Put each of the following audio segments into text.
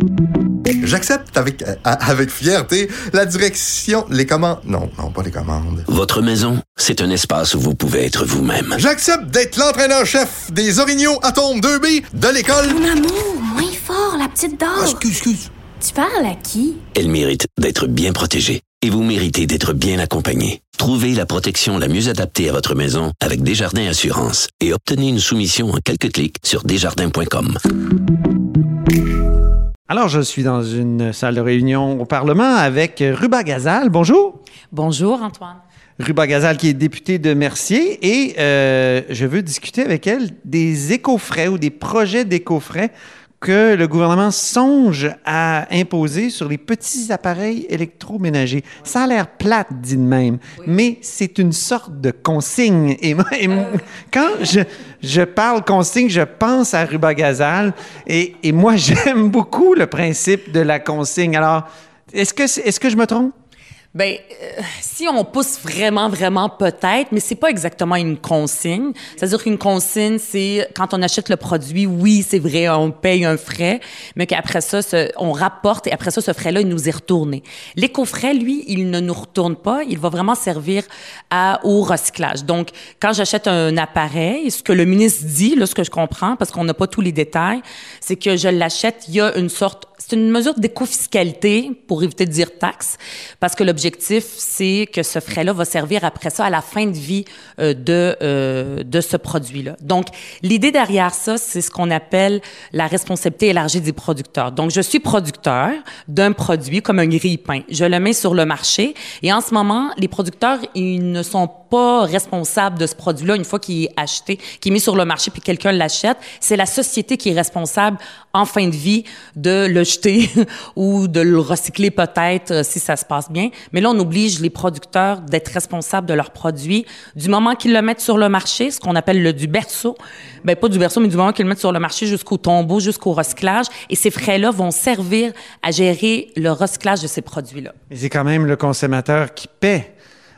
J'accepte avec fierté la direction, les commandes... Non, pas les commandes. Votre maison, c'est un espace où vous pouvez être vous-même. J'accepte d'être l'entraîneur-chef des Orignaux Atomes 2B de l'école... Mon amour, moins fort, la petite dame. Excuse. Tu parles à qui? Elle mérite d'être bien protégée. Et vous méritez d'être bien accompagné. Trouvez la protection la mieux adaptée à votre maison avec Desjardins Assurance et obtenez une soumission en quelques clics sur desjardins.com. Alors, je suis dans une salle de réunion au Parlement avec Ruba Gazal. Bonjour. Bonjour, Antoine. Ruba Gazal, qui est députée de Mercier, et je veux discuter avec elle des écofrais ou des projets d'écofrais que le gouvernement songe à imposer sur les petits appareils électroménagers. Ça a l'air plate, dit de même, oui. Mais c'est une sorte de consigne. Et quand je parle consigne, je pense à Ruba Gazal, et moi, j'aime beaucoup le principe de la consigne. Alors, est-ce que je me trompe? Bien, si on pousse vraiment, vraiment, peut-être, mais c'est pas exactement une consigne. C'est-à-dire qu'une consigne, c'est quand on achète le produit, oui, c'est vrai, on paye un frais, mais qu'après ça, on rapporte et après ça, ce frais-là, il nous est retourné. L'éco-frais, lui, il ne nous retourne pas, il va vraiment servir au recyclage. Donc, quand j'achète un appareil, ce que le ministre dit, là, ce que je comprends, parce qu'on n'a pas tous les détails, c'est que je l'achète, il y a c'est une mesure d'éco-fiscalité, pour éviter de dire taxe, parce que l'objectif, c'est que ce frais-là va servir après ça à la fin de vie de ce produit-là. Donc, l'idée derrière ça, c'est ce qu'on appelle la responsabilité élargie des producteurs. Donc, je suis producteur d'un produit comme un grille-pain. Je le mets sur le marché et en ce moment, les producteurs, ils ne sont pas responsables de ce produit-là une fois qu'il est acheté, qu'il est mis sur le marché puis quelqu'un l'achète. C'est la société qui est responsable en fin de vie de le jeter ou de le recycler peut-être si ça se passe bien. Mais là, on oblige les producteurs d'être responsables de leurs produits du moment qu'ils le mettent sur le marché, ce qu'on appelle du berceau. Bien, pas du berceau, mais du moment qu'ils le mettent sur le marché jusqu'au tombeau, jusqu'au recyclage. Et ces frais-là vont servir à gérer le recyclage de ces produits-là. Mais c'est quand même le consommateur qui paie.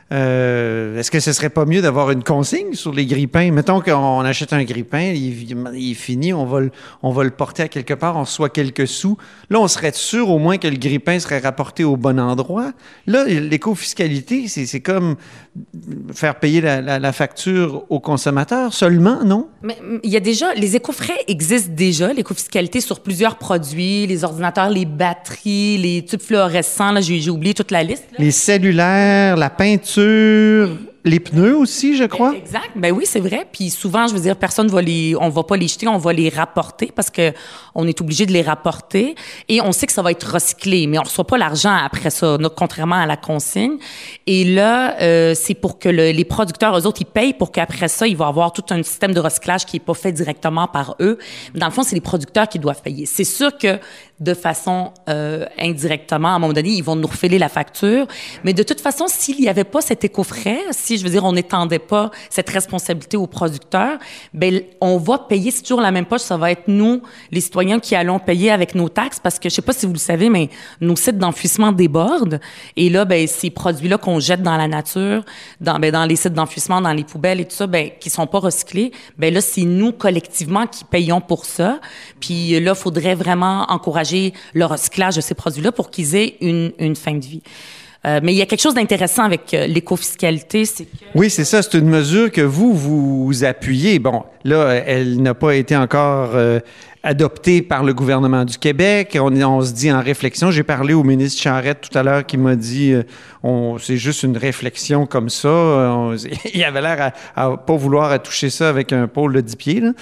Est-ce que ce serait pas mieux d'avoir une consigne sur les grille-pains? Mettons qu'on achète un grille-pain, il est fini, on va le porter à quelque part, on reçoit quelques sous. Là, on serait sûr au moins que le grille-pain serait rapporté au bon endroit. Là, l'éco-fiscalité, c'est comme faire payer la facture au consommateur seulement, non? Mais il y a déjà, les éco-frais existent déjà, l'éco-fiscalité sur plusieurs produits, les ordinateurs, les batteries, les tubes fluorescents, là, j'ai oublié toute la liste. Là. Les cellulaires, la peinture, les pneus aussi, je crois. Exact. Ben oui, c'est vrai. Puis souvent, je veux dire, on va pas les jeter, on va les rapporter parce que on est obligé de les rapporter et on sait que ça va être recyclé, mais on reçoit pas l'argent après ça, contrairement à la consigne. Et là, c'est pour que les producteurs, eux autres, ils payent pour qu'après ça, il va y avoir tout un système de recyclage qui est pas fait directement par eux. Dans le fond, c'est les producteurs qui doivent payer. C'est sûr que de façon indirectement, à un moment donné, ils vont nous refiler la facture. Mais de toute façon, s'il n'y avait pas cet éco-frais, si, je veux dire, on n'étendait pas cette responsabilité aux producteurs, ben on va payer, c'est toujours la même poche, ça va être nous, les citoyens, qui allons payer avec nos taxes, parce que, je sais pas si vous le savez, mais nos sites d'enfouissement débordent. Et là, ben ces produits-là qu'on jette dans la nature, dans les sites d'enfouissement, dans les poubelles et tout ça, ben qui sont pas recyclés, ben là, c'est nous, collectivement, qui payons pour ça. Puis là, faudrait vraiment encourager le recyclage de ces produits-là pour qu'ils aient une fin de vie. Mais il y a quelque chose d'intéressant avec l'éco-fiscalité, c'est que... Oui, c'est ça. C'est une mesure que vous appuyez. Bon, là, elle n'a pas été encore adoptée par le gouvernement du Québec. On se dit en réflexion. J'ai parlé au ministre Charette tout à l'heure qui m'a dit c'est juste une réflexion comme ça. Il avait l'air à pas vouloir toucher ça avec un pôle de 10 pieds. Là.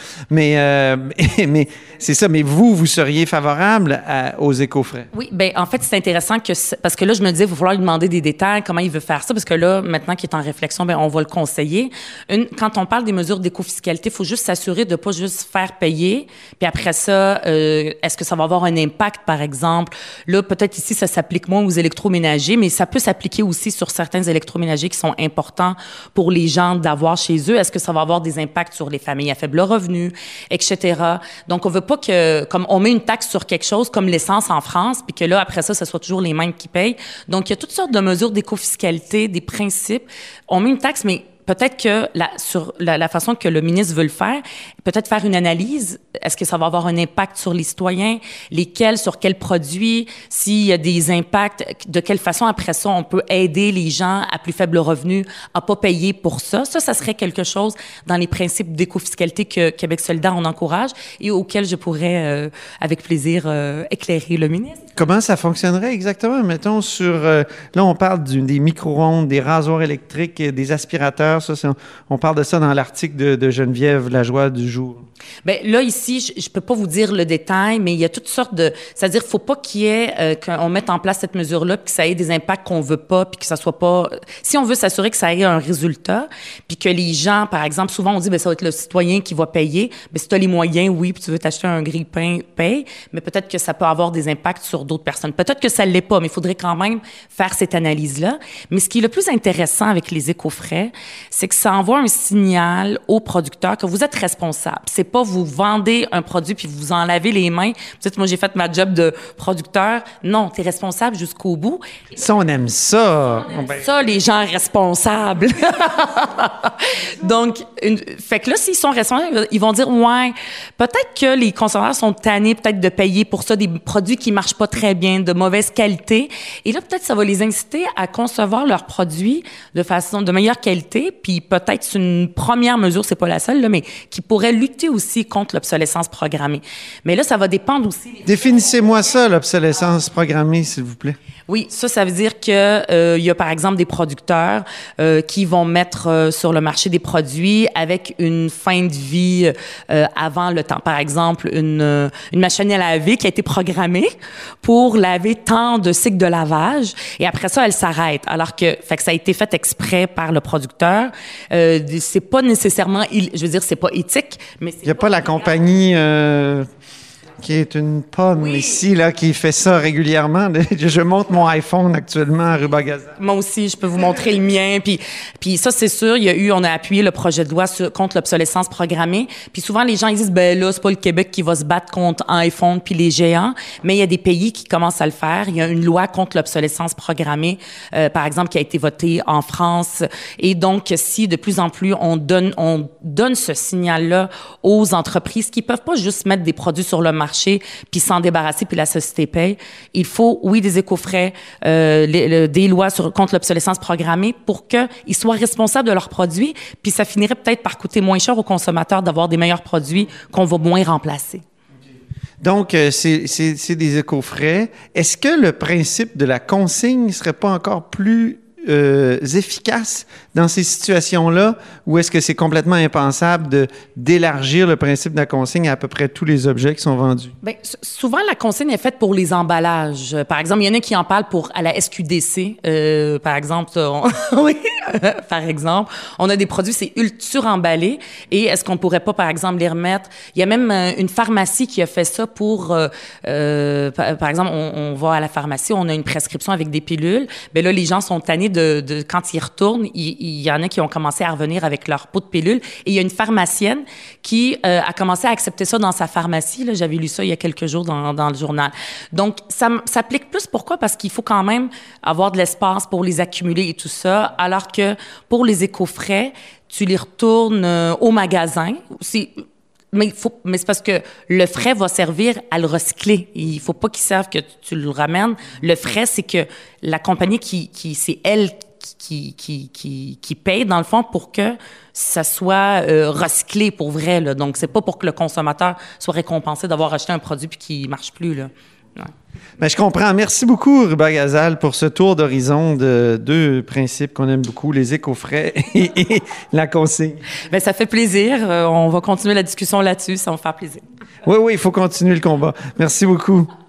Mais c'est ça. Mais vous seriez favorable aux éco-frais? Oui, bien, en fait, c'est intéressant parce que là, je me disais, il va falloir lui demander des détails, comment il veut faire ça, parce que là, maintenant qu'il est en réflexion, bien, on va le conseiller. Quand on parle des mesures d'éco-fiscalité, il faut juste s'assurer de pas juste faire payer, puis après ça, est-ce que ça va avoir un impact, par exemple? Là, peut-être ici, ça s'applique moins aux électroménagers, mais ça peut s'appliquer aussi sur certains électroménagers qui sont importants pour les gens d'avoir chez eux. Est-ce que ça va avoir des impacts sur les familles à faible revenu, etc.? Donc, on veut pas que, comme on met une taxe sur quelque chose, comme l'essence en France, puis que là, après ça, ce soit toujours les mêmes qui payent. Donc, il y a toutes sortes de mesures d'éco-fiscalité, des principes. On met une taxe, mais peut-être que sur la façon que le ministre veut le faire, peut-être faire une analyse. Est-ce que ça va avoir un impact sur les citoyens? Lesquels, sur quels produits? S'il y a des impacts, de quelle façon, après ça, on peut aider les gens à plus faible revenu à pas payer pour ça? Ça serait quelque chose dans les principes d'écofiscalité que Québec solidaire, on encourage et auquel je pourrais, avec plaisir, éclairer le ministre. Comment ça fonctionnerait exactement? Mettons sur... là, on parle des micro-ondes, des rasoirs électriques, des aspirateurs. On parle de ça dans l'article de Geneviève Lajoie du jour. Bien, là, ici, je peux pas vous dire le détail, mais il y a toutes sortes de... C'est-à-dire, faut pas qu'il y ait... qu'on mette en place cette mesure-là, puis que ça ait des impacts qu'on veut pas, puis que ça soit pas... Si on veut s'assurer que ça ait un résultat, puis que les gens, par exemple, souvent, on dit, bien, ça va être le citoyen qui va payer. Bien, si tu as les moyens, oui, puis tu veux t'acheter un grille-pain, paye. Mais peut-être que ça peut avoir des impacts sur d'autres personnes. Peut-être que ça l'est pas, mais il faudrait quand même faire cette analyse-là. Mais ce qui est le plus intéressant avec les éco-frais, c'est que ça envoie un signal aux producteurs que vous êtes responsables. C'est pas vous vendez un produit puis vous en lavez les mains. Vous dites, moi, j'ai fait ma job de producteur. Non, tu es responsable jusqu'au bout. Ça, on aime ça. Ça, les gens responsables. Donc, fait que là, s'ils sont responsables, ils vont dire, ouais, peut-être que les consommateurs sont tannés peut-être de payer pour ça des produits qui marchent pas très bien, de mauvaise qualité. Et là, peut-être ça va les inciter à concevoir leurs produits de façon de meilleure qualité. Puis peut-être c'est une première mesure, c'est pas la seule, là, mais qui pourrait lutter aussi contre l'obsolescence programmée. Mais là, ça va dépendre aussi... Définissez-moi ça, l'obsolescence programmée, s'il vous plaît. Oui, ça veut dire que il y a par exemple des producteurs qui vont mettre sur le marché des produits avec une fin de vie avant le temps. Par exemple, une machine à laver qui a été programmée pour laver tant de cycles de lavage et après ça, elle s'arrête. Alors que, fait que ça a été fait exprès par le producteur. C'est pas nécessairement, je veux dire, c'est pas éthique, mais c'est... Il y a pas la compagnie... qui est une pomme ici, là, qui fait ça régulièrement. Je monte mon iPhone actuellement à Rubagaza. Moi aussi, je peux vous montrer le mien. Puis ça, c'est sûr, on a appuyé le projet de loi contre l'obsolescence programmée. Puis souvent, les gens ils disent, ben là, c'est pas le Québec qui va se battre contre iPhone puis les géants. Mais il y a des pays qui commencent à le faire. Il y a une loi contre l'obsolescence programmée, par exemple, qui a été votée en France. Et donc, si de plus en plus on donne ce signal-là aux entreprises qui peuvent pas juste mettre des produits sur le marché puis s'en débarrasser, puis la société paye. Il faut, oui, des éco-frais, des lois contre l'obsolescence programmée pour qu'ils soient responsables de leurs produits, puis ça finirait peut-être par coûter moins cher aux consommateurs d'avoir des meilleurs produits qu'on va moins remplacer. Donc, c'est des éco-frais. Est-ce que le principe de la consigne ne serait pas encore plus efficace dans ces situations-là, ou est-ce que c'est complètement impensable d'élargir le principe de la consigne à peu près tous les objets qui sont vendus? Bien, souvent, la consigne est faite pour les emballages. Par exemple, il y en a qui en parlent à la SQDC. Par exemple, oui, par exemple, on a des produits, c'est sur-emballé, et est-ce qu'on pourrait pas, par exemple, les remettre? Il y a même une pharmacie qui a fait ça pour, par exemple, on va à la pharmacie, on a une prescription avec des pilules, bien là, les gens sont tannés quand ils retournent, il y en a qui ont commencé à revenir avec leur pot de pilules. Et il y a une pharmacienne qui a commencé à accepter ça dans sa pharmacie. Là, j'avais lu ça il y a quelques jours dans le journal. Donc, ça s'applique plus. Pourquoi? Parce qu'il faut quand même avoir de l'espace pour les accumuler et tout ça. Alors que pour les éco-frais, tu les retournes au magasin. Mais c'est parce que le frais va servir à le recycler. Il faut pas qu'ils savent que tu le ramènes. Le frais, c'est que la compagnie c'est elle qui paye, dans le fond, pour que ça soit recyclé pour vrai, là. Donc, c'est pas pour que le consommateur soit récompensé d'avoir acheté un produit puis qu'il marche plus, là. Ouais. Bien, je comprends. Merci beaucoup, Ruba Gazal, pour ce tour d'horizon de deux principes qu'on aime beaucoup, les éco-frais et la consigne. Bien, ça fait plaisir. On va continuer la discussion là-dessus. Ça va me faire plaisir. Oui, il faut continuer le combat. Merci beaucoup.